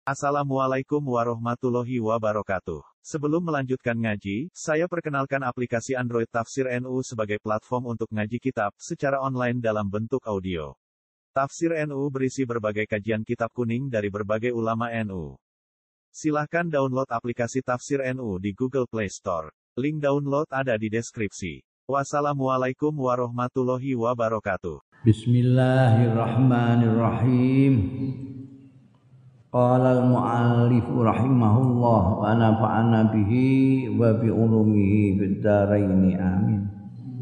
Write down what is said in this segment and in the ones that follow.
Assalamualaikum warahmatullahi wabarakatuh. Sebelum melanjutkan ngaji, saya perkenalkan aplikasi Android Tafsir NU sebagai platform untuk ngaji kitab secara online dalam bentuk audio. Tafsir NU berisi berbagai kajian kitab kuning dari berbagai ulama NU. Silahkan download aplikasi Tafsir NU di Google Play Store. Link download ada di deskripsi. Wassalamualaikum warahmatullahi wabarakatuh. Bismillahirrahmanirrahim. Qala al-mu'allif rahimahullah wa nafa'ana bihi wa bi ulumihi fid dharain amin.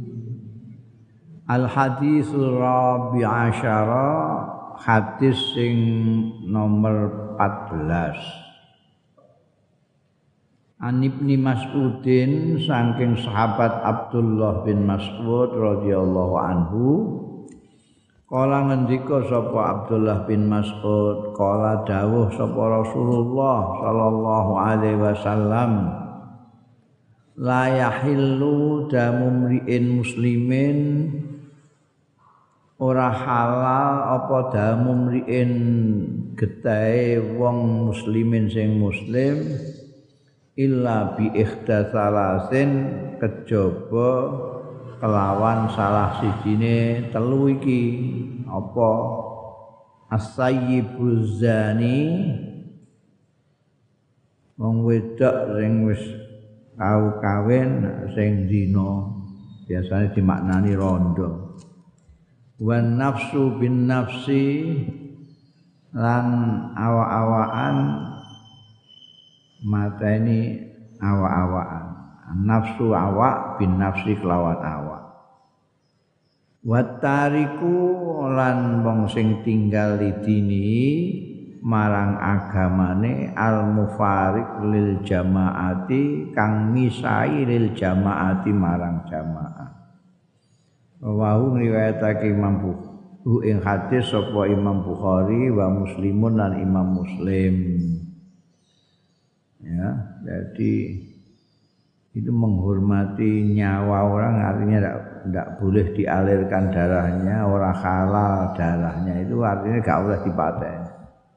Al-haditsul rabi' asyara, hadis sing nomor 14. An Ibni Mas'udin saking sahabat Abdullah bin Mas'ud radhiyallahu anhu. Kala ngendika sapa Abdullah bin Mas'ud, kala dawuh sapa Rasulullah sallallahu alaihi wasallam, la yahillu damu mri'in muslimin, ora halal apa damu mri'in getahe wong muslimin sing muslim, illa bi ikhtasalasin, kejaba kelawan salah sijine telu iki, apa as-sayyibuz zani, wong wedok sing wis kawin sing zina, biasanya dimaknani rondo, wan nafsu bin nafsi, lan awa-awaan mateni awa-awaan, nafsu awak bin nafsi kelawan awak. Watariku lan wong sing tinggal lidini marang agamane, al mufarik lil jamaati, kang misai lil jamaati marang jamaah. Wahu riwayatake Imam Bukhari ing hadis sapa Imam Bukhari wa Muslimun lan Imam Muslim. Ya, jadi itu menghormati nyawa orang, artinya tidak boleh dialirkan darahnya, orang halal darahnya, itu artinya tidak boleh dipateni.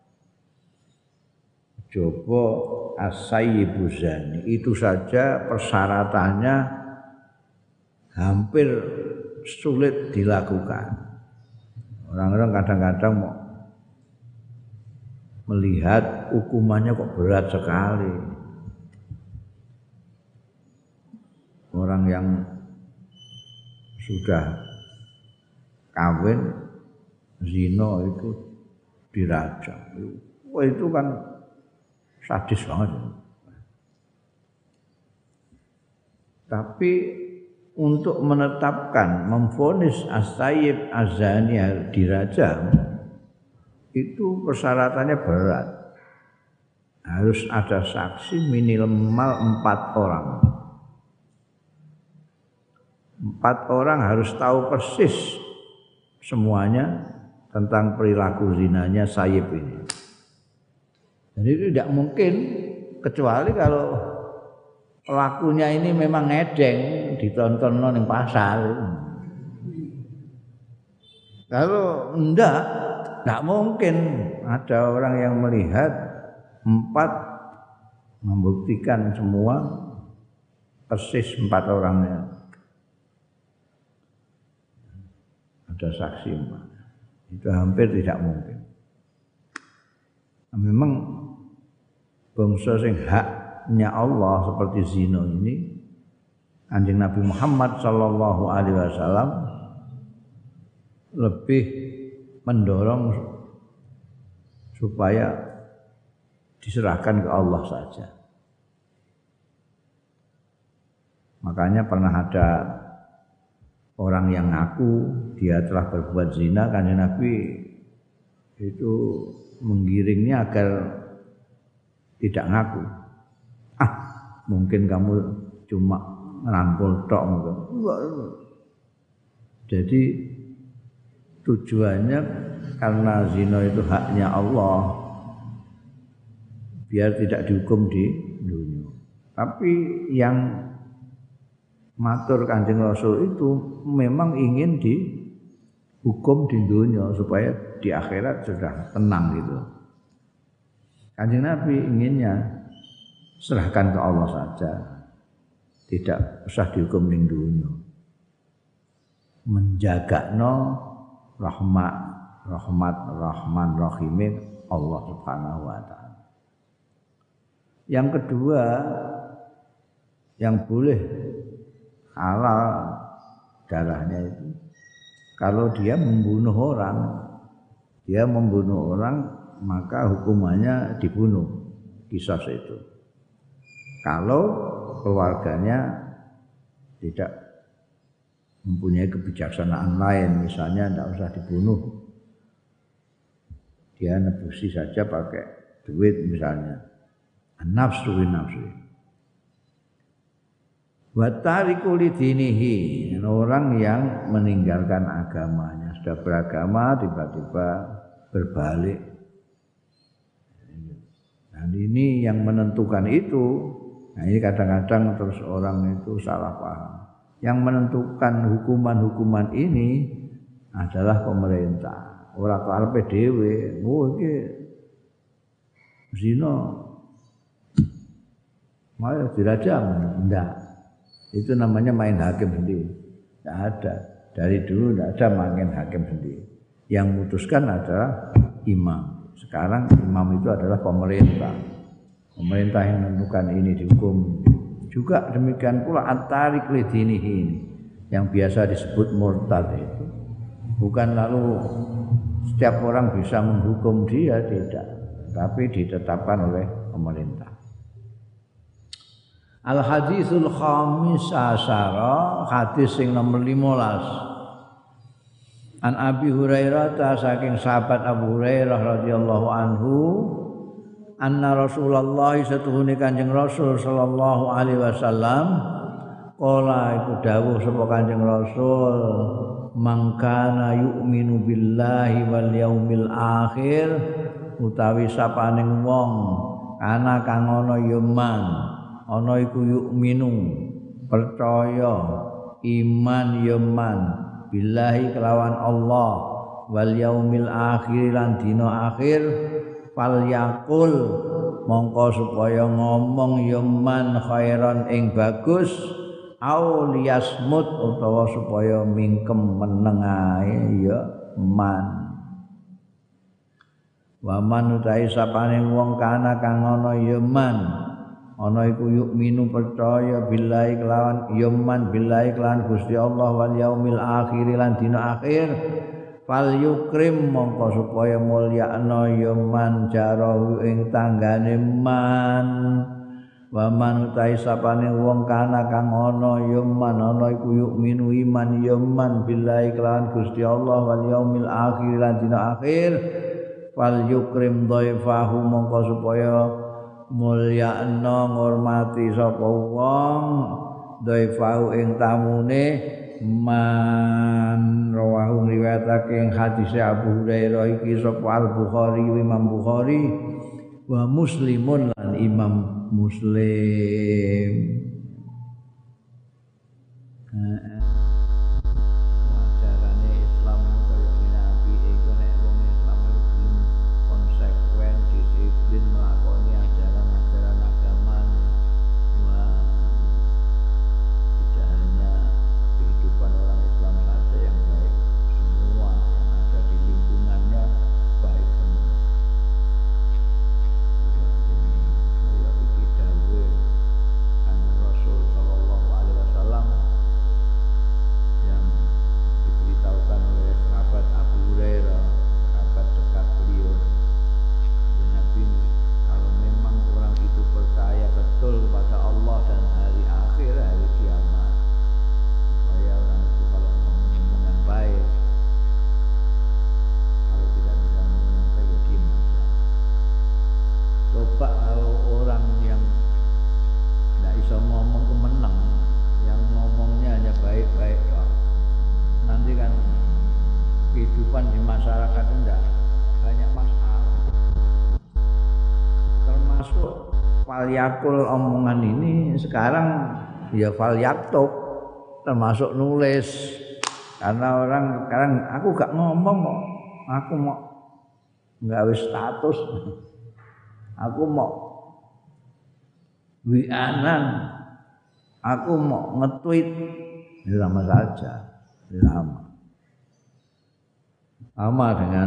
Coba as-sayyibuz zani, itu saja persyaratannya hampir sulit dilakukan. Orang-orang kadang-kadang mau melihat hukumannya kok berat sekali. Orang yang sudah kawin zina itu dirajam. Wah, itu kan sadis banget. Tapi untuk menetapkan, memvonis as-sayyib az-zani dirajam, itu persyaratannya berat. Harus ada saksi minimal 4 orang. 4 orang harus tahu persis semuanya tentang perilaku zinanya sayyib ini. Jadi itu tidak mungkin, kecuali kalau pelakunya ini memang ngedeng, ditonton di pasar. Kalau enggak mungkin ada orang yang melihat 4 membuktikan semua persis 4 orangnya. Ada saksi 4. Itu hampir tidak mungkin. Memang bangsa sing haknya Allah seperti zina ini, Kanjeng Nabi Muhammad sallallahu alaihi wasallam lebih mendorong supaya diserahkan ke Allah saja. Makanya pernah ada orang yang ngaku dia telah berbuat zina, Kanjeng Nabi itu menggiringnya agar tidak ngaku. Mungkin kamu cuma ngerangkul tok. Jadi tujuannya karena zina itu haknya Allah, biar tidak dihukum di dunia. Tapi yang matur Kanjeng Rasul itu memang ingin dihukum di dunia supaya di akhirat sudah tenang gitu. Kanjeng Nabi inginnya serahkan ke Allah saja, tidak usah dihukum ning dunya. Menjagakno rahmat Rahman Rahim Allah Subhanahu wa taala. Yang kedua yang boleh halal darahnya itu kalau dia membunuh orang maka hukumannya dibunuh, qisas itu. Kalau keluarganya tidak mempunyai kebijaksanaan lain, misalnya tidak usah dibunuh, dia nebusi saja pakai duit misalnya, nafsu bin nafsi. Wa tariku lidinihi, orang yang meninggalkan agamanya, sudah beragama tiba-tiba berbalik. Dan ini yang menentukan itu. Nah ini kadang-kadang terus orang itu salah paham. Yang menentukan hukuman-hukuman ini adalah pemerintah. Ora karepe dhewe. Oh iki zina. Mau dirajam? Enggak. Itu namanya main hakim sendiri. Enggak ada. Dari dulu enggak ada main hakim sendiri. Yang memutuskan adalah imam. Sekarang imam itu adalah pemerintah. Pemerintah yang menentukan ini dihukum. Juga demikian pula at-tarik lidinihi ini yang biasa disebut murtad itu. Bukan lalu setiap orang bisa menghukum dia, tidak, tapi ditetapkan oleh pemerintah. Al-hadisul khamis asyara, hadis sing nomor 15. An Abi Hurairah saking sahabat Abu Hurairah radhiyallahu anhu, anna Rasulullah satuhune Kanjeng Rasul sallallahu alaihi wasallam qala iku dawuh sapa Kanjeng Rasul, mangkana yu'minu billahi wal yaumil akhir, utawi sapaning wong ana kang ana yaman ana iku yu'minu percaya iman yaman billahi kelawan Allah wal yaumil akhir lan dina akhir, fal yaqul mongko supaya ngomong yaman khairan ing bagus, au liyasmut utawa supaya mingkem meneng ae ya man. Wa man utahe sapane wong kana kang ana yaman ana iku yukminu percaya billahi kelawan yaman billahi kelawan Gusti Allah wal yaumil akhir lan dina akhir, fal yukrim mongko supaya mulyakna yaman jarahu ing tanggane man. Wa man utahe sapane wong kana kang ana yaman ana iku yukminu iman yaman billahi kelawan Gusti Allah wal yaumil akhir lan dina akhir, fal yukrim dhaifahu mongko supaya mulyakna ngurmati sapa wong dhaifahu ing tamune man. Rawahu riwayatake ing hadis Abu Hurairah iki sapa Al-Bukhari Imam Bukhari wa Muslimun lan Imam Muslim. Ajarane Islam kaya Nabi iku nek wong Islam belum konsekuen disiplin melakoni ajaran-ajaran agama. Wah, tidak hanya kehidupan orang Islam saja yang baik, semua yang ada di lingkungannya baik semua. Yakul omongan ini sekarang ya fal yaktub, termasuk nulis, karena orang sekarang aku gak ngomong kok, aku mau nggawe status, aku mau wi'anan, aku mau nge-tweet, sama saja, sama dengan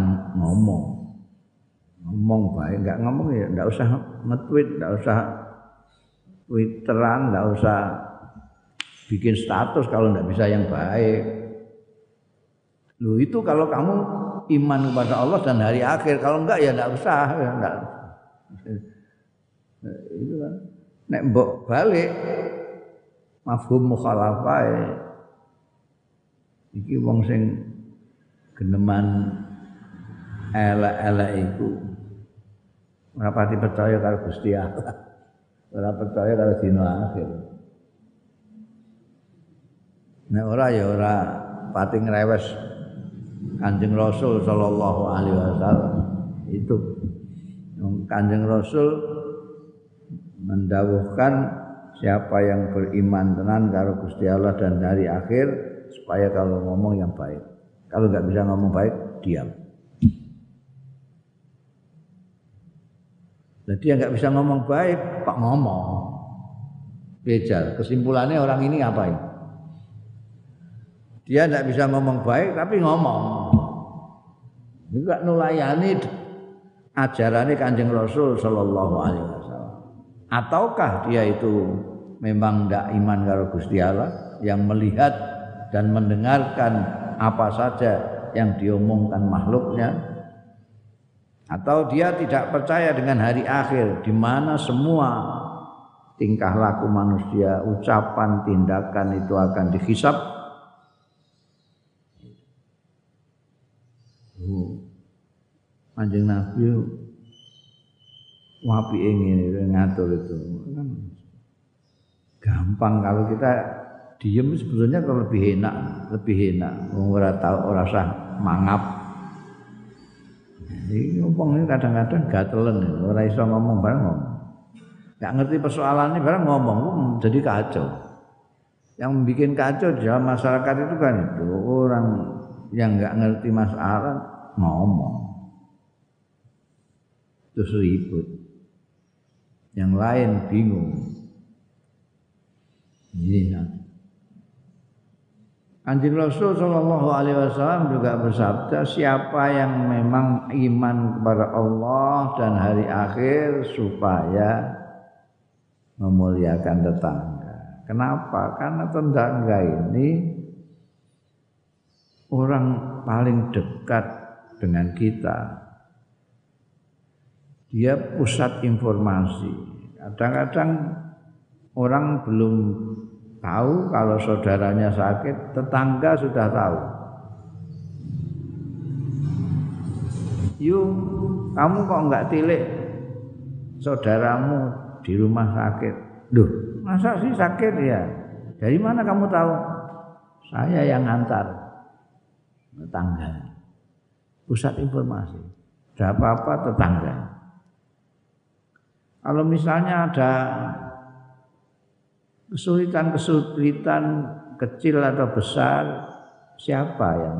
ngomong baik, enggak ngomong ya enggak usah nge-tweet, enggak usah twitteran, enggak usah bikin status kalau enggak bisa yang baik. Loh itu kalau kamu iman kepada Allah dan hari akhir, kalau enggak ya enggak usah, ya enggak. Itu kan nek mbok balik mafhum mukhalafah iki wong sing geneman elek-elek iku ora pati percaya karo Gusti Allah. Ora percaya karo dina akhir. Nek ora ya ora pati ngrewes Kanjeng Rasul sallallahu alaihi wasallam. Itu Kanjeng Rasul mendawuhkan siapa yang beriman tenan karo Gusti Allah dan hari akhir supaya kalau ngomong yang baik. Kalau enggak bisa ngomong baik, diam. Jadi yang enggak bisa ngomong baik, kok ngomong. Bejal. Kesimpulannya orang ini ngapain? Dia enggak bisa ngomong baik tapi ngomong. Enggak nulayani ajarannya Kanjeng Rasul sallallahu alaihi wasallam. Ataukah dia itu memang tidak iman karo Gusti Allah yang melihat dan mendengarkan apa saja yang diomongkan makhluknya, atau dia tidak percaya dengan hari akhir di mana semua tingkah laku manusia, ucapan, tindakan itu akan dihisab. Kanjeng Nabi wapi ingin ngatur itu kan gampang. Kalau kita diem sebetulnya kalau lebih enak ora tahu ora usah mangap. Jadi ngomong ini kadang-kadang gatelan ora iso ngomong bareng ngomong. Enggak ngerti persoalannya bareng ngomong jadi kacau. Yang bikin kacau di dalam masyarakat itu kan itu orang yang enggak ngerti masalah ngomong. Terus ribut. Yang lain bingung. Ini Kanjeng Rasul sallallahu alaihi wasallam juga bersabda, siapa yang memang iman kepada Allah dan hari akhir supaya memuliakan tetangga. Kenapa? Karena tetangga ini orang paling dekat dengan kita. Dia pusat informasi. Kadang-kadang orang belum tahu kalau saudaranya sakit, tetangga sudah tahu. Yuk, kamu kok enggak tilik saudaramu di rumah sakit? Loh, masa sih sakit ya? Dari mana kamu tahu? Saya yang antar tetangga. Pusat informasi. Ada apa-apa tetangga. Kalau misalnya ada kesulitan kecil atau besar, siapa yang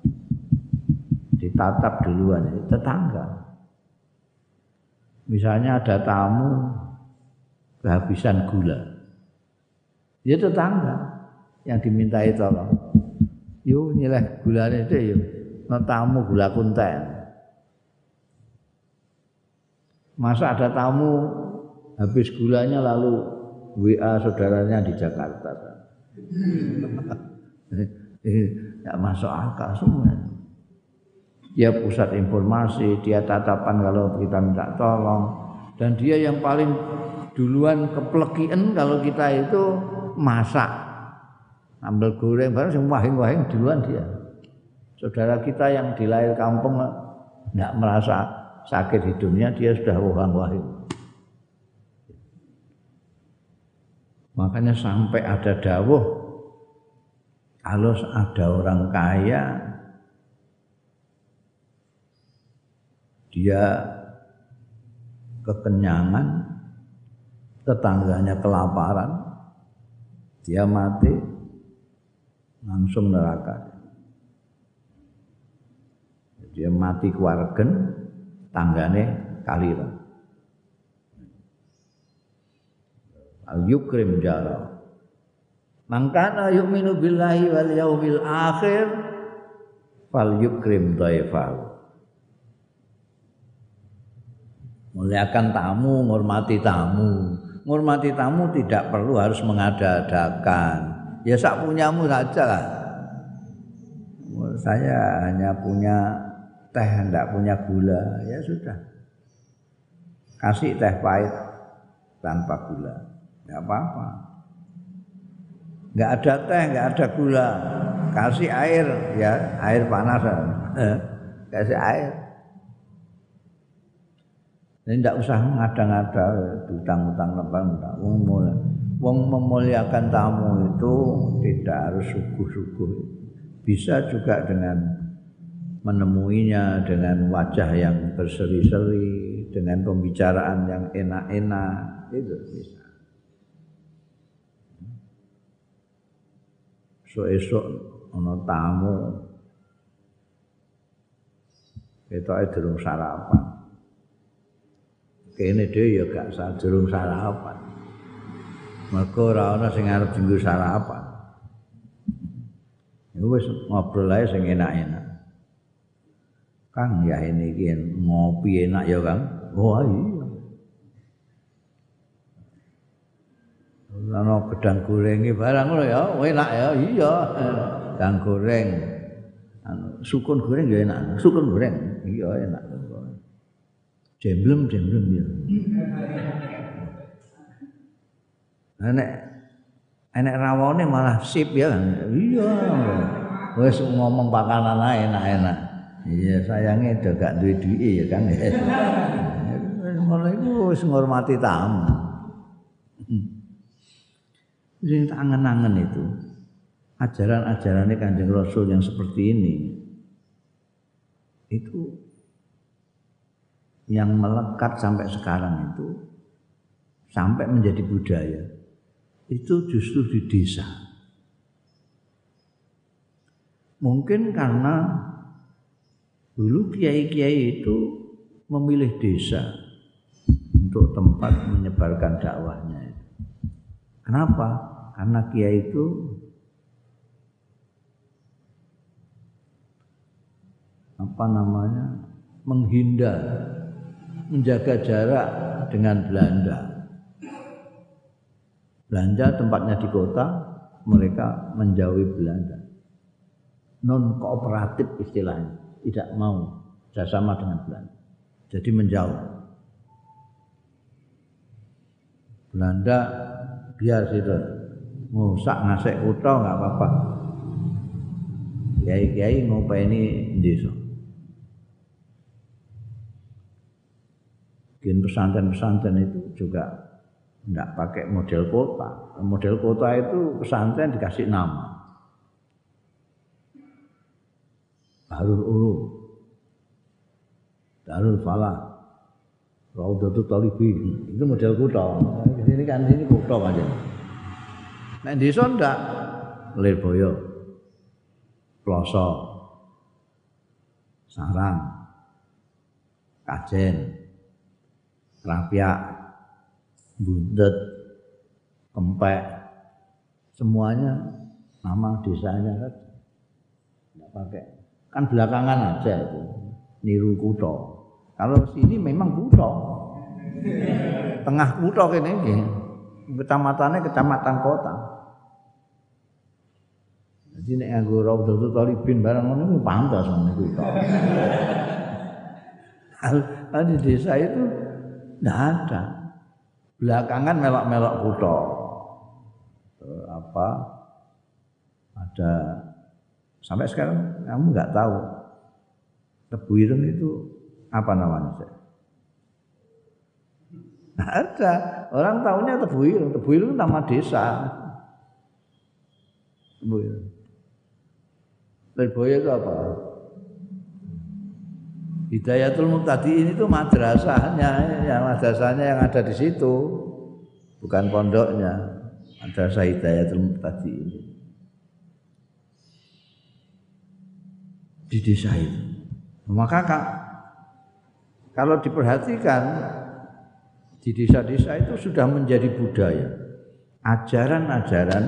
ditatap duluan? Tetangga. Misalnya ada tamu kehabisan gula, ya tetangga yang dimintai tolong. Yuk nyileh gulanya itu yuk, no tamu gula kunten. Masa ada tamu habis gulanya lalu WA saudaranya di Jakarta. Tidak masuk akal semua. Dia pusat informasi, dia tatapan kalau kita minta tolong. Dan dia yang paling duluan keplekian kalau kita itu masak. Ambil goreng barang yang wahing-wahing duluan dia. Saudara kita yang di lahir kampung tidak merasa sakit hidupnya, dia sudah wahang-wahing. Makanya sampai ada dawuh, kalau ada orang kaya, dia kekenyangan, tetangganya kelaparan, dia mati, langsung neraka. Dia mati keluargen, tanggane kaliran. al yukrim jaro. Mangkana yu'minu billahi wal yaumil akhir fal yukrim dhaifahu. Muliakan tamu, menghormati tamu. Menghormati tamu tidak perlu harus mengada-adakan. Ya sak punyamu saja lah. Saya hanya punya teh, tidak punya gula. Ya sudah. Kasih teh pahit tanpa gula. Tidak apa-apa. Enggak ada teh, enggak ada gula. Kasih air, ya air panas. Kasih air. Jadi tidak usah ngada-ngada, utang-utang lebar. Wong memuliakan tamu itu tidak harus suguh-suguh. Bisa juga dengan menemuinya dengan wajah yang berseri-seri, dengan pembicaraan yang enak-enak, itu bisa. Esok ana tamu, ketoke durung sarapan. Kene dhewe ya gak sadurung sarapan. Mergo ora ana sing arep dienggo sarapan. Ya wis ngobrol ae sing enak-enak. Kang ya ini iki ngopi enak ya, Kang. Oh iya. Ana gedang gorenge barang lho ya, enak ya. Iya. Gedang goreng. Sukun goreng ya enak. Sukun goreng. Iya enak. Jemblem ya. Enek rawone malah sip ya. Iya. Wis ngomong pakanan ae enak-enak. Iya sayange do gak duwe duwike ya kan. Ngono iku wis ngormati tamu. Sing tak angen-angen itu ajaran-ajarannya Kanjeng Rasul yang seperti ini itu yang melekat sampai sekarang itu sampai menjadi budaya itu justru di desa. Mungkin karena dulu kiai-kiai itu memilih desa untuk tempat menyebarkan dakwahnya. Kenapa? Karena kiai itu menghindar, menjaga jarak dengan Belanda. Belanda tempatnya di kota, mereka menjauhi Belanda. Non kooperatif istilahnya, tidak mau bersama dengan Belanda. Jadi menjauh. Belanda biar situ, ngusak ngasek kutha enggak apa-apa. Kiai-kiai ngopeni desa. Bikin pesantren-pesantren itu juga enggak pakai model kota. Model kota itu pesantren dikasih nama. Darul Ulum, Darul Falah, Raudhatul Talibin. Itu model kota. Di sini kan sini kota aja. Nek desa ndak Lirboyo, Ploso, Sarang, Kajen, Krapyak, Bundet, Kempek, semuanya nama desanya kan nggak pakai. Kan belakangan aja itu niru kutha. Kalau sini memang kutha. Tengah kutha kene iki. Kecamatannya kecamatan kota. Jadi nek nganggo Raudhatul Talibin barang ngono iku pantes ngene kutha. Kalau di desa itu enggak ada. Belakangan melok-melok kutha. Ada sampai sekarang kamu enggak tahu Tebu Ireng itu apa namanya? Nah, ada orang tahunya Tebu Ireng. Tebu Ireng itu nama desa. Tebu Ireng. Lirboyo itu apa? Hidayatul Muqtadiin itu madrasahnya yang ada di situ, bukan pondoknya. Madrasah Hidayatul Muqtadiin di desa itu. Maka kalau diperhatikan di desa-desa itu sudah menjadi budaya. ajaran-ajaran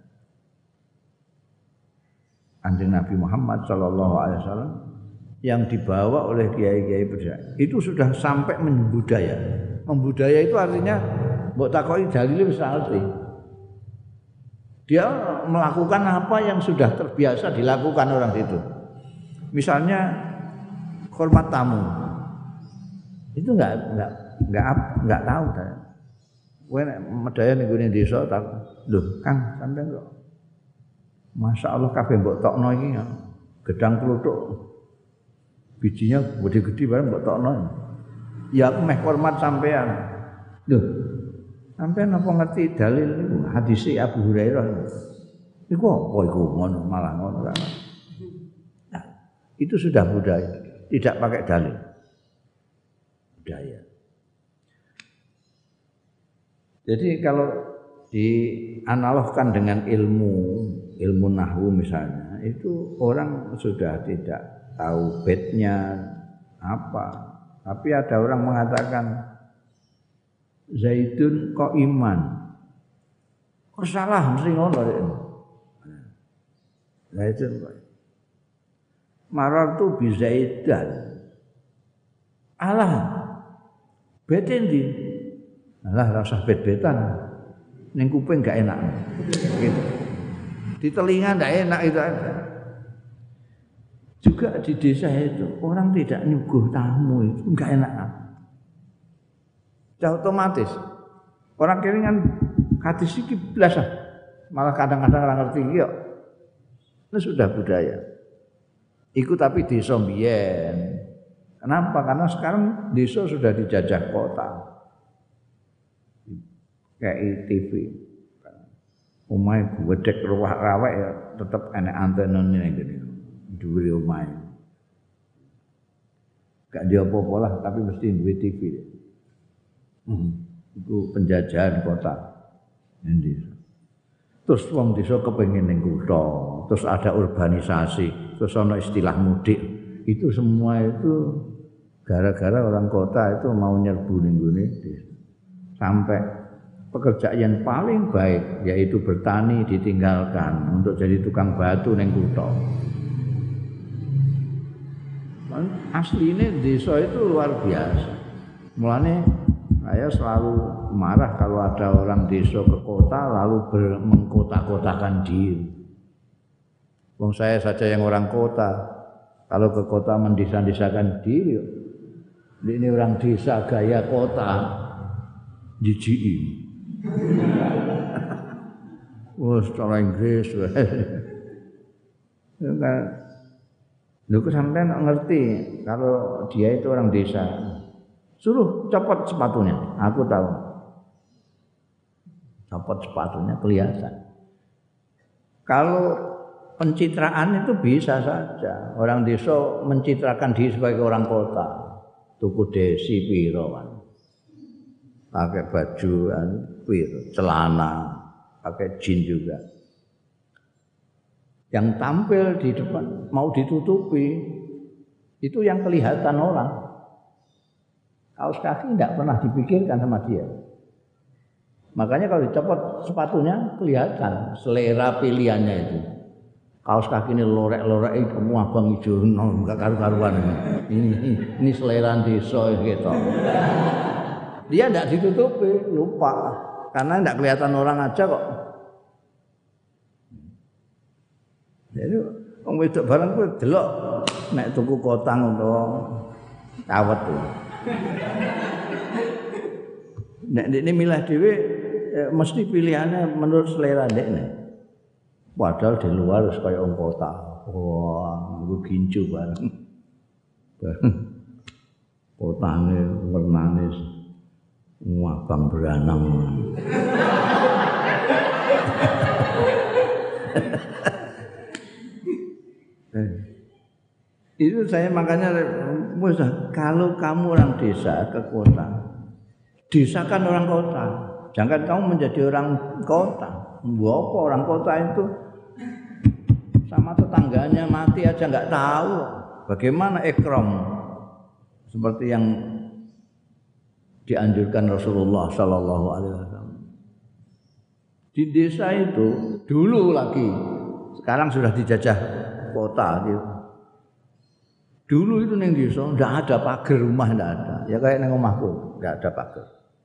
Kanjeng Nabi Muhammad sallallahu alaihi wasallam yang dibawa oleh kiai-kiai berdaya itu sudah sampai membudaya. Membudaya itu artinya mbok takoki dalile wis ngerti. Dia melakukan apa yang sudah terbiasa dilakukan orang itu. Misalnya hormat tamu. Itu enggak tahu saya. Kowe nek medaya ning gone desa tak lho Kang sampean kok masyaallah kabeh mbok tokno iki gedang kluthuk bijinya gede-gede bareng mbok tokno. Ya aku meh hormat sampean. Loh, sampean apa ngerti dalil hadis Abu Hurairah? Iku apa iku ngono malah ngono kan. Nah, itu sudah budaya, tidak pakai dalil. Budaya. Jadi kalau dianalogkan dengan ilmu nahwu misalnya, itu orang sudah tidak tahu bednya apa. Tapi ada orang mengatakan Zaidun qaiman. Oh salah mesti ngono rek. Zaidun marartu bi Zaidan. Alah beten di. Alah rasa bet-betan. Ning kuping gak enak. Gitu. Di telinga ndak enak itu. Juga di desa itu orang tidak nyuguh tamu itu enggak enak. Sudah otomatis. Orang kiringan hadis iki blas malah kadang-kadang ora ngerti iki kok. Itu sudah budaya. Iku tapi desa mbiyen. Kenapa? Karena sekarang desa sudah dijajah kota. Kayak TV. Omahe gedhek rawak ya tetep enek antenane ning kene. Dhuwure omahe. Gak dia apa-apa lah tapi mesti duwe TV. Itu penjajahan kota. Endi. Terus wong desa kepengin ning kutha, terus ada urbanisasi, terus ana istilah mudik. Itu semua itu gara-gara orang kota itu mau nyerbu ning gone desa. Sampai pekerjaan yang paling baik yaitu bertani ditinggalkan untuk jadi tukang batu ning kutha. Aslinya desa itu luar biasa. Mulane saya selalu marah kalau ada orang desa ke kota lalu mengkota-kotakan diri. Wong saya saja yang orang kota, kalau ke kota mendesa-desakan diri, ini orang desa gaya kota, jijiki. Wes cara Inggris. Lho kok sampean ngerti kalau dia itu orang desa. Suruh copot sepatunya. Aku tahu. Copot sepatunya kelihatan. Kalau pencitraan itu bisa saja. Orang desa mencitrakan diri sebagai orang kota. Tuku desi piro kan. Pakai baju piro, celana, pakai jin juga. Yang tampil di depan mau ditutupi itu yang kelihatan orang. Kaos kaki tidak pernah dipikirkan sama dia. Makanya kalau dicopot sepatunya kelihatan selera pilihannya itu. Kaos kaki ini lorek-lorek itu abang hijau, enggak karu-karuan. Ini selera desa gitu. Dia tidak ditutupi, lupa karena tidak kelihatan orang aja kok. Jadi wong wedok bareng kuwi delok nek tuku kotang utawa kawet tuh. Nek ini milah dhewe mesti pilihannya menurut selera ndekne. Padahal di luar wis kaya wong kota. Wah, iku gincu bareng. Kotane wernane abang beranang. Itu saya makanya kalau kamu orang desa ke kota, desakan orang kota. Jangan kamu menjadi orang kota. Apa orang kota itu sama tetangganya mati aja nggak tahu. Bagaimana ikram seperti yang dianjurkan Rasulullah Sallallahu Alaihi Wasallam. Di desa itu dulu lagi, sekarang sudah dijajah kota gitu. Dulu itu neng desa ndak ada pagar rumah, ndak ada. Ya kayak neng omahku, ndak ada pagar.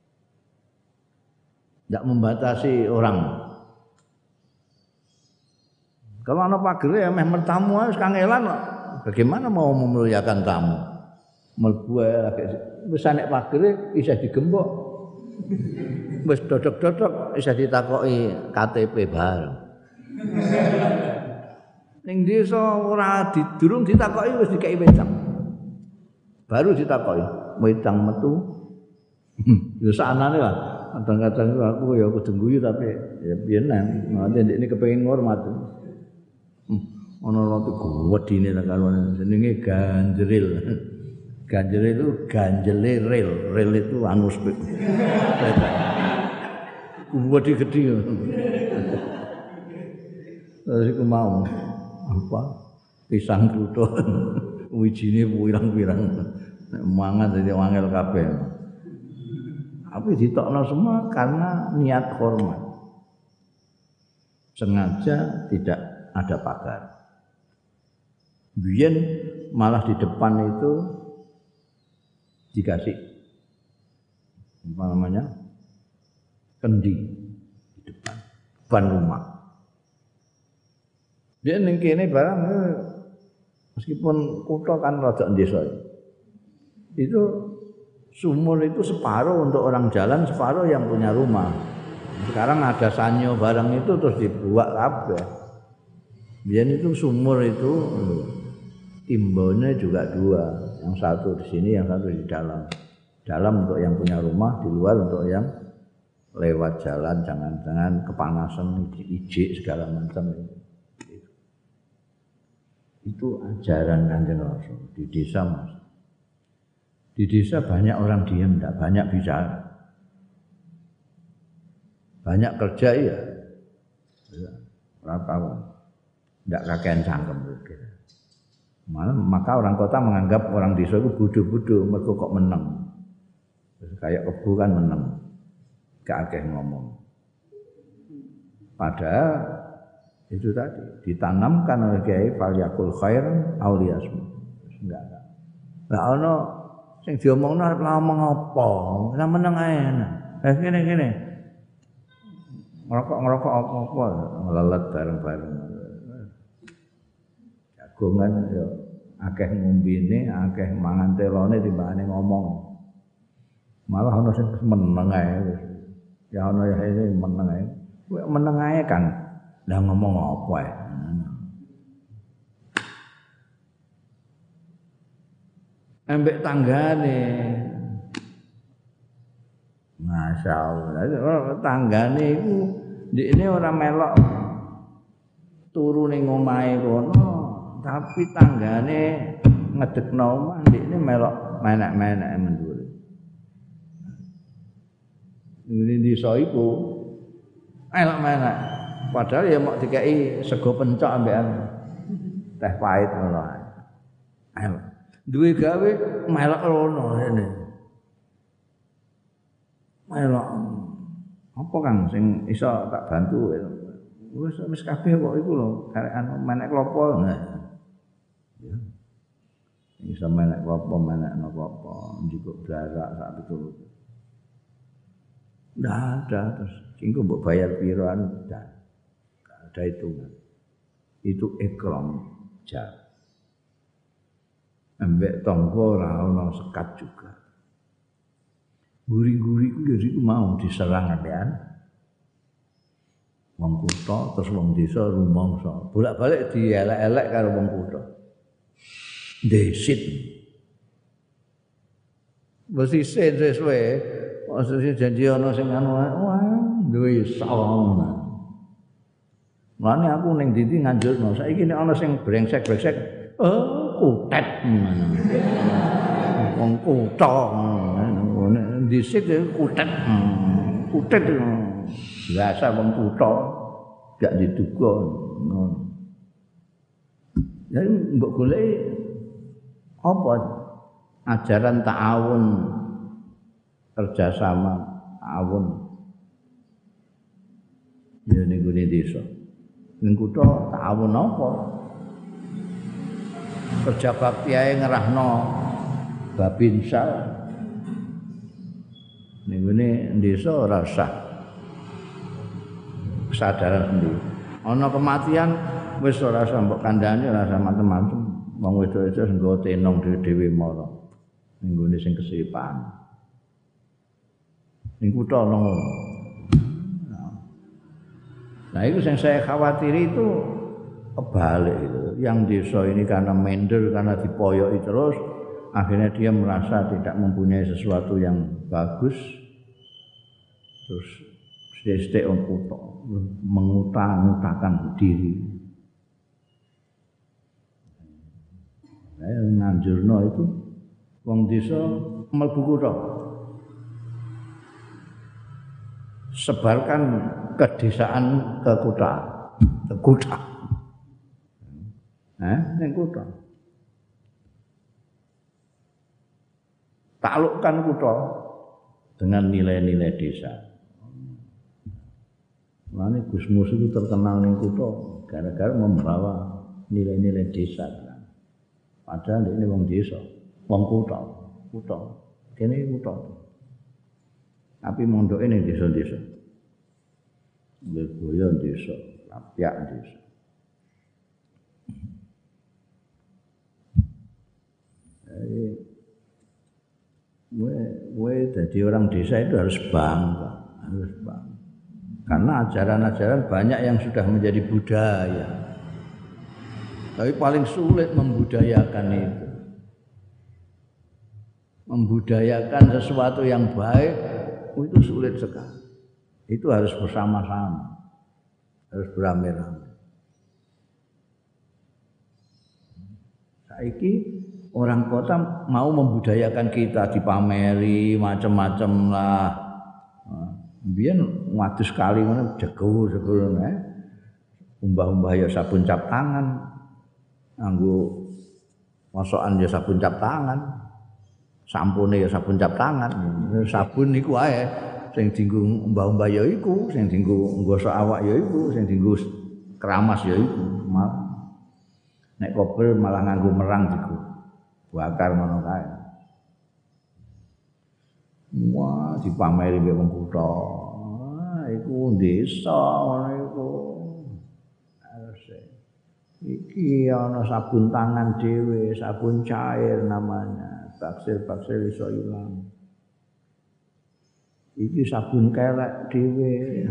Ndak membatasi orang. Kalau ana pagar ya meh mertamu wis kangelan kok. Bagaimana mau memuliakan tamu? Mlebu lagi wis nek pagere isih digembok. Wis dodok-dodok isih ditakoki KTP bareng. Ning desa ora durung ditakoki wis dikeki wedang. Baru ditakoki, wedang metu. Ya sanane lah. Kadang-kadang aku ya kudu guyu tapi ya biyen nanti ini kepengin ngormat. Ana roti gedine lah kalone jenenge ganjeril. Ganjeril itu ganjele rel. Rel itu anu spek. Gede-gede. Terus iku mau apa? Pisang kluthuk. Wijine pirang-pirang. Nek mangan dadi wangel kabeh. Tapi ditokno semua karena niat hormat. Sengaja tidak ada pagar. Biyen malah di depan itu dikasih apa namanya? Kendi di depan rumah. Biyen ning kene barang meskipun kutha kan rada desa. Itu sumur itu separuh untuk orang jalan, separuh yang punya rumah. Sekarang ada sanyo barang itu terus dibuat kabeh. Biyen itu sumur itu timbonnya juga dua, yang satu di sini, yang satu di dalam. Dalam untuk yang punya rumah, di luar untuk yang lewat jalan, jangan-jangan kepanasan, ijik segala macam itu. Itu ajaran Kanjeng Rasul di desa Mas. Di desa banyak orang diam, tidak banyak bicara. Banyak kerja ya. Berapa? Tidak kakean cangkem. Maka orang kota menganggap orang desa itu bodoh-bodoh, mereka kok menang. Kayak kebu kan menang. Gak akeh ngomong. Padahal itu tadi ditanamkan oleh Kiai falyakul khairan aw liyasmut. Enggak. Lah ono sing diomongno arep ngomong apa? Ora meneng ae. Ngene. Ngerokok apa-apa lelet bareng-bareng. Jagongan ya akeh ngombene, akeh mangan telone timbangane ngomong. Malah ana sing meneng ae wis. Ya ana ya ini meneng ae. Kowe meneng ae kan. Lah ngomong apa ae. Ambek tanggane. Masyaallah. Tanggane iku ndekne ora melok turu ning omahe kono, tapi tanggane ngedekno omah ndekne melok menek-menek mendhuwur. Ini desa iku elok-menek. Padahal ya mau dikei sego pencok ambekan teh pahit ngono ae. Ayo. Duwe gawe melok rono ngene. Melok. Apa Kang sing iso tak bantu? Wis kabeh kok iku lho, karekan menek klopo. Nah. Ya. Iso menek klopo, menek napa-apa, njupuk blarak sak piturut. Ndak ada terus engko mbok bayar piro anu ndak ada hitungan. Itu ikram jar. Ambek tangga ora ana sekat juga. Guri-guri ku ya iku mau diserang ambekan. Wong kutha terus wong desa rumangsa. Bolak-balik dielek-elek karo wong kutha. Desit. Wis isin sesuwe. Maksudnya janji ana sing anu wah duwe sawang. Mulane aku ning ndi nganjurno saiki nek ana sing brengsek-brengsek kutet. Wong kutha nek dhisik kutet. Kutet biasa wong kutha gak diduga ngono. Jadi mbok goleki apa ajaran ta'awun kerjasama ta'awun Ya ning gone desa. Ning kutha taun apa? Kerja bakti ae ngerahno Babinsa. Ning gone desa ora usah kesadaran endi. Ana kematian wis ora usah mbok kandhani, ora usah macem-macem. Wong wedok-wedok nggo tenong dhewe-dhewe mara. Ning gone sing kesepaan. Ning kutha ngono. Nah itu yang saya khawatiri itu kebalik itu. Yang desa ini karena minder, karena dipoyoki terus, akhirnya dia merasa tidak mempunyai sesuatu yang bagus, terus sedek mengutang-utangkan diri. Saya nganjurno itu wong desa mlebu kutha. Sebarkan kedesaan ke kutha. Ning kutha. Taklukkan kutha dengan nilai-nilai desa. Mulane Gus Mus itu terkenal ning kutha gara-gara membawa nilai-nilai desa. Padahal ini wong desa, wong kutha. Kene kutha. Tapi mondoke ning desa-desa. Leboyo desa, Lapyak desa. Jadi orang desa itu harus bangga. Karena ajaran-ajaran banyak yang sudah menjadi budaya. Tapi paling sulit membudayakan itu. Membudayakan sesuatu yang baik itu sulit sekali. Itu harus bersama-sama. Harus beramai-ramai. Saiki orang kota mau membudayakan kita, dipameri macam-macam lah. Biyen wadus kali ngono jago-jago umbah-umbah ya sabun cap tangan. Nganggo masokan ya sabun cap tangan. Sampune ya sabun cap tangan. Sabun niku wae sing dienggo umbah-umbah ya iku, sing dienggo nggosok awak ya iku, sing dienggo keramas ya iku. Nek kobel malah nganggo merang diku. Bakar ngono kae. Wah, dipameri mbek wong kutha. Iku desa ngono iku. Iki ana sabun tangan dhewe, sabun cair namanya. Baksir-baksir iso ilang. Iki sabun kelek dhewe.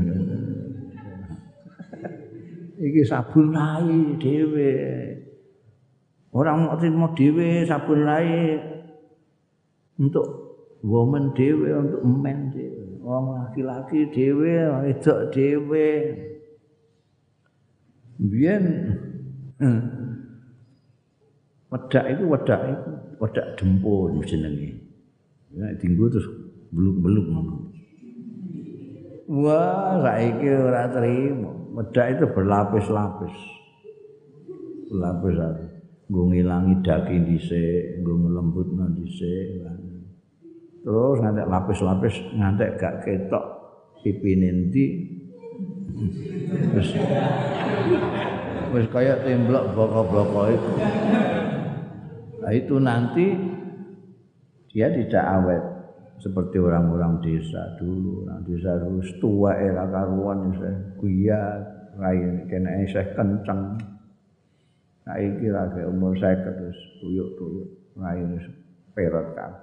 Iki sabun rai dhewe. Orang mau dhewe sabun rai untuk woman dhewe, untuk men dhewe. Wong laki-laki dhewe, wedok dhewe. Biyen wedak itu wedak dempul jenenge. Nek dienggo terus beluk-beluk ngono. Wah, saiki ora trimo. Wedak itu berlapis-lapis. Berlapis-lapis. Nggo ngilangi daging dhisik, nggo nglembutno dhisik. Terus ngantek lapis-lapis ngantek gak ketok pipine endi. Wis kaya temblok boko-boko itu. Nah, itu nanti dia tidak awet seperti orang-orang desa dulu. Orang desa dulu tua era karuan isih guyat, raine kene isih kenceng. Saiki lagi umur 50 terus tuyuk-tuyuk raine perot kabeh.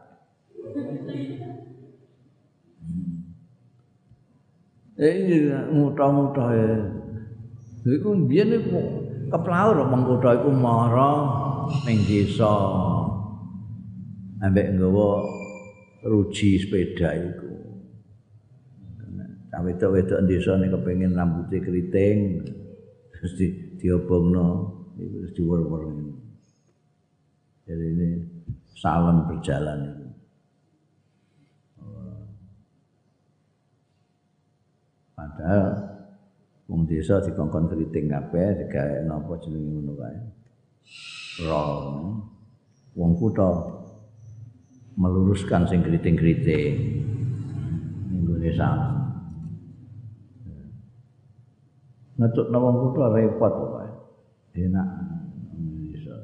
Muta-muta ya. Iku mbiyen iku keplaur wong kutha iku mara ning desa. Ambek nggawa ruji sepeda iku. Nah, wedok-wedok desa nek kepengin rambuté kriting terus diobongno iku wis diwer-wer. Jadi ini salam berjalan itu. Padahal wong desa dikongkon kriting kabeh digawe napa jenenge ngono kae. Wong kutha meluruskan sing kriting-kriting. Inggone salah. Ngetutno wong kutha repot pokoke. Enak iso.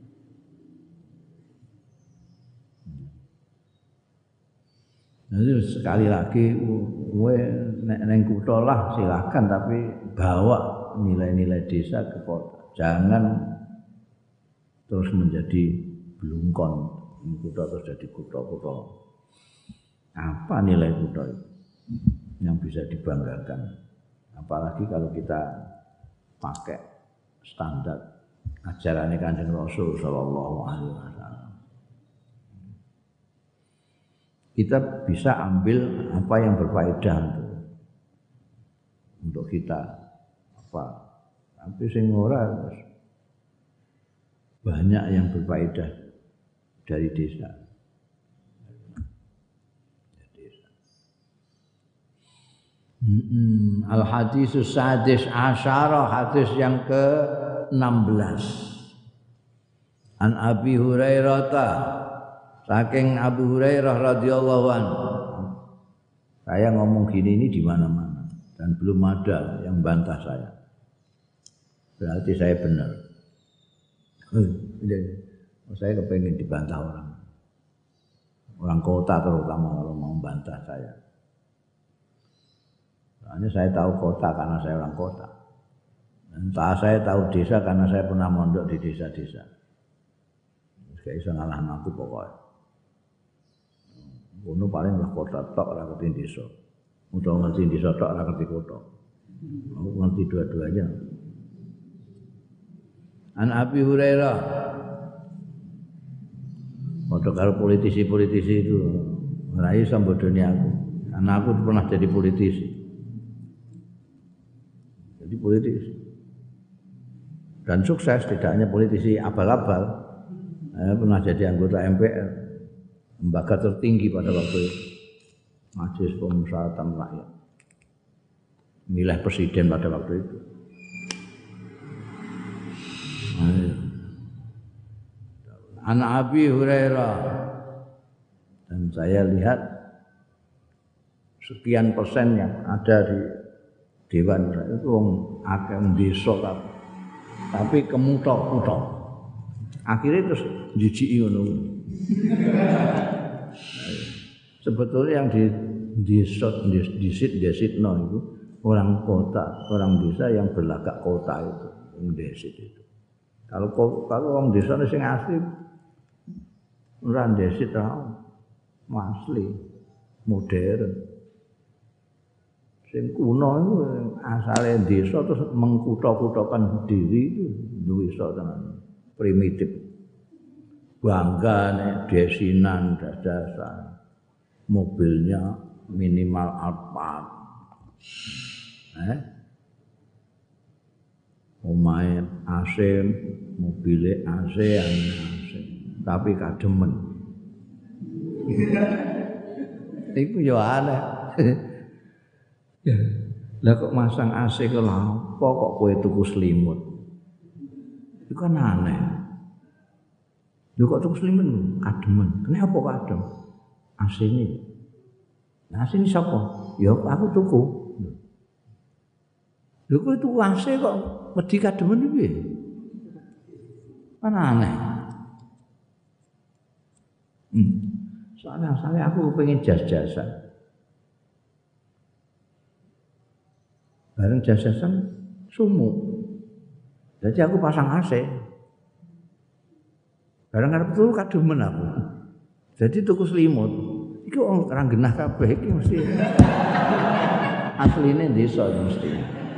Jadi sekali lagi kowe nek ning kutha lah silakan tapi bawa nilai-nilai desa ke kota. Jangan terus menjadi belungkon. Kutha terus jadi kutha-kutha. Apa nilai kutha itu yang bisa dibanggakan? Apalagi kalau kita pakai standar ajaran Kanjeng Rasul sallallahu alaihi wasallam. Kita bisa ambil apa yang berfaedah untuk kita apa. Tapi sing ora banyak yang berfaedah dari desa. Al-haditsus sadis asyara, hadis yang ke-16. An Abi Hurairah, saking Abu Hurairah radhiyallahu anhu. Saya ngomong gini ini di mana-mana dan belum ada yang bantah saya. Berarti saya benar. Saya kepengen dibantah orang kota terutama kalau mau membantah saya. Soalnya saya tahu kota karena saya orang kota. Entah saya tahu desa karena saya pernah mondok di desa-desa. Gak bisa ngalahin aku pokoknya. Kono paling lah kota tok ora ngerti desa. Udah ngerti desa tok ora ngerti kota. Aku ngerti dua-duanya. An Abi Hurairah. Padha karo politisi-politisi itu ora iso bodoni aku. Karena aku pernah jadi politisi. Jadi politisi. Dan sukses, tidak hanya politisi abal-abal. Saya pernah jadi anggota MPR. Lembaga tertinggi pada waktu itu. Majelis Pemusyawaratan Rakyat. Milih presiden pada waktu itu. An Abi Hurairah. Dan saya lihat sekian persen yang ada di Dewan itu wong akeh desa tapi kemutok-mutok. Akhirnya terus jijiki ngono. Sebetulnya yang disitno itu orang kota, orang desa yang berlagak kota itu, desit itu. Kalau orang desa sing asli ora desit asli modern. Sing kuno itu asale desa terus mengkutha-kuthakan diri itu duwe iso tenan primitif. Bangga nek desinan dasasan. Mobilnya minimal Alphard. Omahe AC, mobile AC, tapi kademen. Iku yo aneh. Lah kok masang AC ke apa kok kowe tuku selimut? Itu kan aneh. Lho kok tuku selimut kademen. Kenapa kadem? AC ini. Nah, AC ini siapa? Ya aku tuku. Lho kok tuku AC kok wedi kademen iki? Kan aneh. Soalnya aku pengen jas-jasan. Bareng jas-jasan sumuk. Jadi aku pasang AC. Bareng arep turu kademen aku. Jadi tuku selimut. Iku orang genah kabeh iki mesti. Asline desa mesti.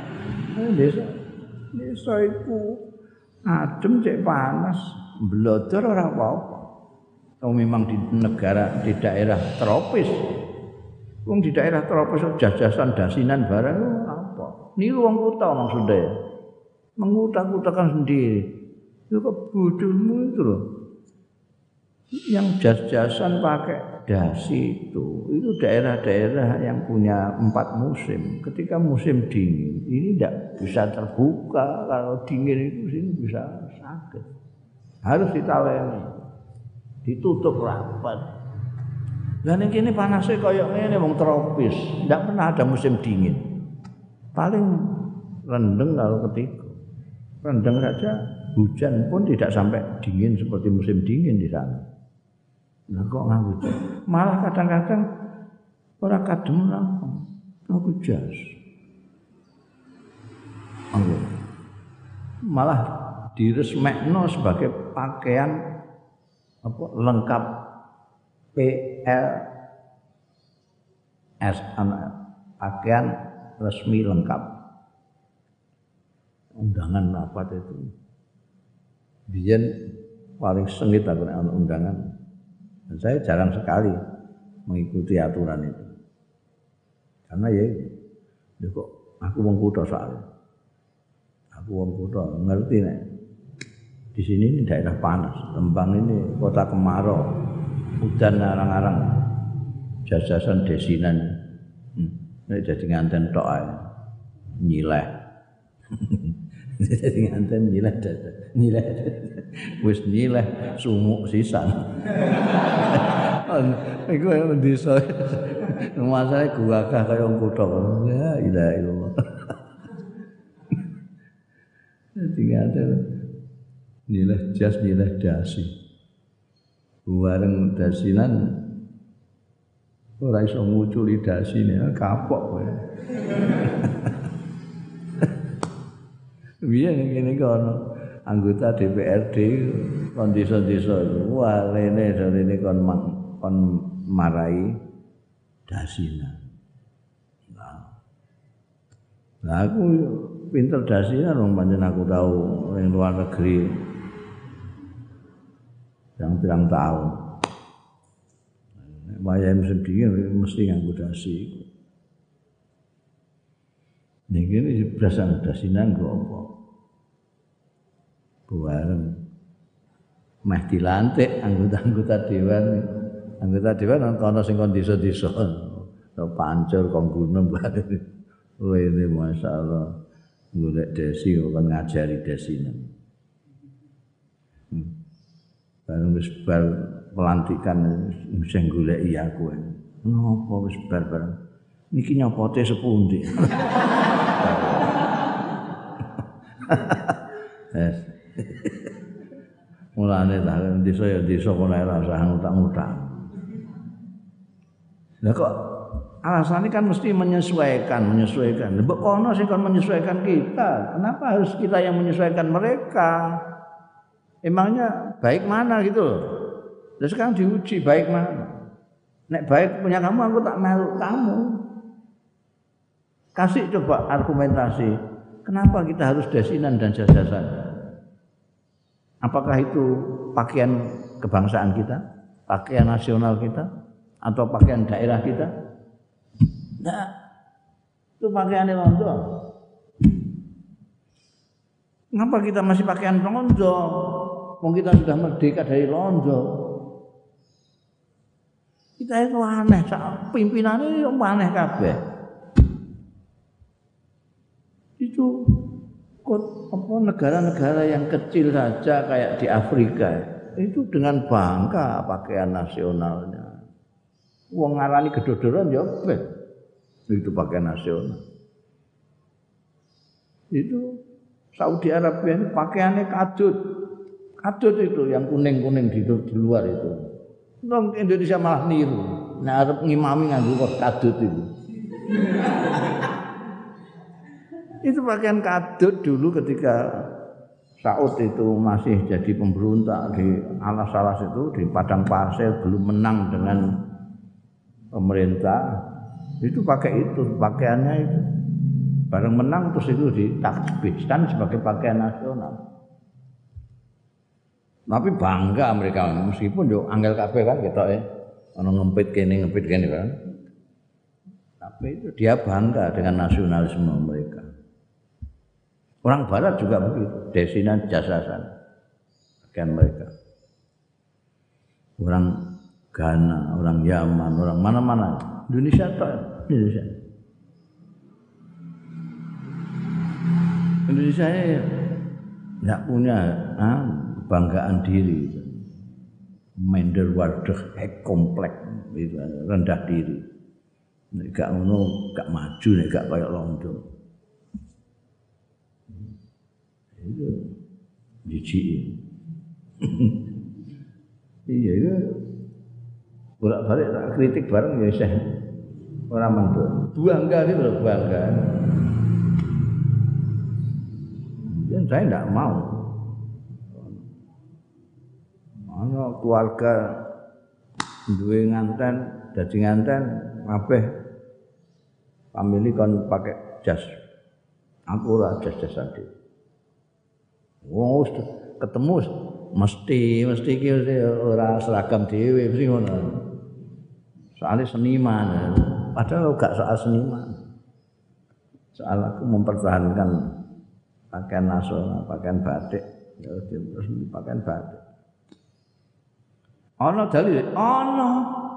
Desa iku adem cek panas, blodor ora apa-apa. Kalau memang di negara di daerah tropis. Wong di daerah tropis jas-jasan dasinan barang apa? Niru wong kota maksudnya. Mengutak-utakan sendiri. Itu kebodohmu itu loh. Yang jas-jasan pakai dasi itu daerah-daerah yang punya 4 musim. Ketika musim dingin, ini tidak bisa terbuka. Kalau dingin itu sini bisa sakit. Harus ditaleni, ditutup rapat. Dan yang kini panasnya kayak ini wong tropis, tidak pernah ada musim dingin. Paling rendeng kalau ketiga. Rendeng saja hujan pun tidak sampai dingin seperti musim dingin di sana. Nah kok nggak hujan? Malah kadang-kadang orang kadem langsung aku jas. Malah diresmekno sebagai pakaian apa lengkap PLS pakaian resmi lengkap. Undangan rapat itu. Biyen paling sengit aku nek undangan. Dan saya jarang sekali mengikuti aturan itu. Karena ya kok aku wong kutha soalnya. Aku wong kutha ngerti nek di sini ini daerah panas, Rembang ini kota kemarau, udan arang-arang, jajasan desinan, ini jadi nganten tok ae, nyileh, jadi nganten nyileh, wis nyileh sumuk sisan, iku yang desa, masalahnya gua kah kaya wong kutha, ya ilaha illallah, jadi nganten nilai jas nilai dasi bareng dasinan ora iso nguculi dasine kapok kowe biyen ngene iki ana anggota DPRD kon desa-desa wah rene kon marai dasinan nah aku pinter dasinan wong pancen aku tahu ning luar negeri yang pirang tahun. Wayah musim dingin mesti nganggo dasi. Niki iki berasal dasinan kok apa? Bareng meh dilantik anggota-anggota dewan. Anggota dewan ana sing kon desa-desa. Pancur kon gunung bareng. Wene masyaallah golek desi kon ngajari desinan. Bareng wis bar pelantikan sing goleki aku. Ngopo wis bar bareng. Niki nyopote sepundi. Mulane ta desa ya desa kok ora usah ngutang-ngutang. Lah kok alasannya kan mesti menyesuaikan. Mbok kono sing kon menyesuaikan kita. Kenapa harus kita yang menyesuaikan mereka? Emangnya baik mana gitu loh. Dan sekarang diuji baik mana. Nek baik punya kamu, aku tak meluk kamu. Kasih coba argumentasi. Kenapa kita harus dasinan dan jajasan? Apakah itu pakaian kebangsaan kita? Pakaian nasional kita? Atau pakaian daerah kita? Nah, itu pakaiannya londo. Kenapa kita masih pakaian londo? Wong kita sudah merdeka dari londo. Kita itu aneh, pimpinannya itu aneh kabeh. Itu apa negara-negara yang kecil saja kayak di Afrika itu dengan bangga pakaian nasionalnya. Wong ngarani gedodoran ya ben. Itu pakaian nasional. Itu Saudi Arabia ini pakaiannya kadut. Kadut itu yang kuning-kuning di luar itu. Nang Indonesia malah niru. Nek arep ngimami nganggo kadut itu. Itu pakaian kadut dulu ketika Saud itu masih jadi pemberontak di alas-alas itu di padang pasir belum menang dengan pemerintah. Itu pakai itu pakaiannya itu. Bareng menang terus itu ditakbiskan sebagai pakaian nasional. Tapi bangga mereka meskipun yo angel kabeh kan ketoke ana ngempit kene kan. Tapi itu dia bangga dengan nasionalisme mereka. Orang barat juga begitu, desinan jasasan bagian mereka. Orang Ghana, orang Yaman, orang mana-mana. Indonesia tak Indonesia. Indonesia ini tidak punya kebanggaan diri, menderwaardig komplek, rendah diri. Nek gak ngono, gak maju, nek gak kayak londo. Itu jijik. Iya itu bolak-balik tak kritik bareng ya Syekh. Ora mendung. Bangga itu lho bangga. Dan saya tidak mau. Ana keluarga duwe nganten, dadi nganten kabeh famili kon pakai jas. Aku ora jas-jasan dhewe. Wong ketemu mesti iki ora seragam dhewe mesti ngono. Soale seniman. Padahal gak soal seniman. Soal aku mempertahankan pakaian nasional, pakaian batik, terus pakaian batik. Ana dalil, ana.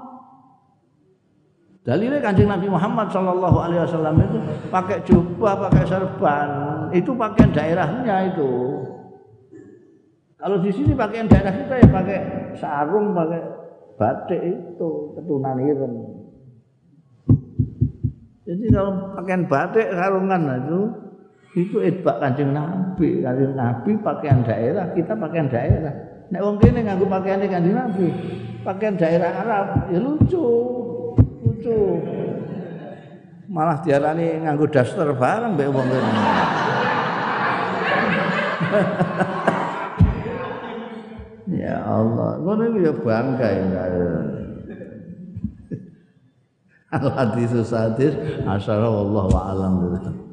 Dalilnya Kanjeng Nabi Muhammad sallallahu alaihi wasallam itu pakai jubah, pakai serban, itu pakaian daerahnya itu. Kalau di sini pakaian daerah kita ya pakai sarung, pakai batik itu, ketunan ireng. Jadi kalau pakaian batik sarungan itu itbak Kanjeng Nabi. Kanjeng Nabi pakaian daerah, kita pakaian daerah. Nek wong kene nganggo pakaiane Kanjeng Nabi, pakaian daerah Arab, ya lucu. Malah diarani nganggo daster bareng mbek wong kene. Ya Allah, ngono iki ya bangga ya. Al-hadis asyara wallahu a'lam.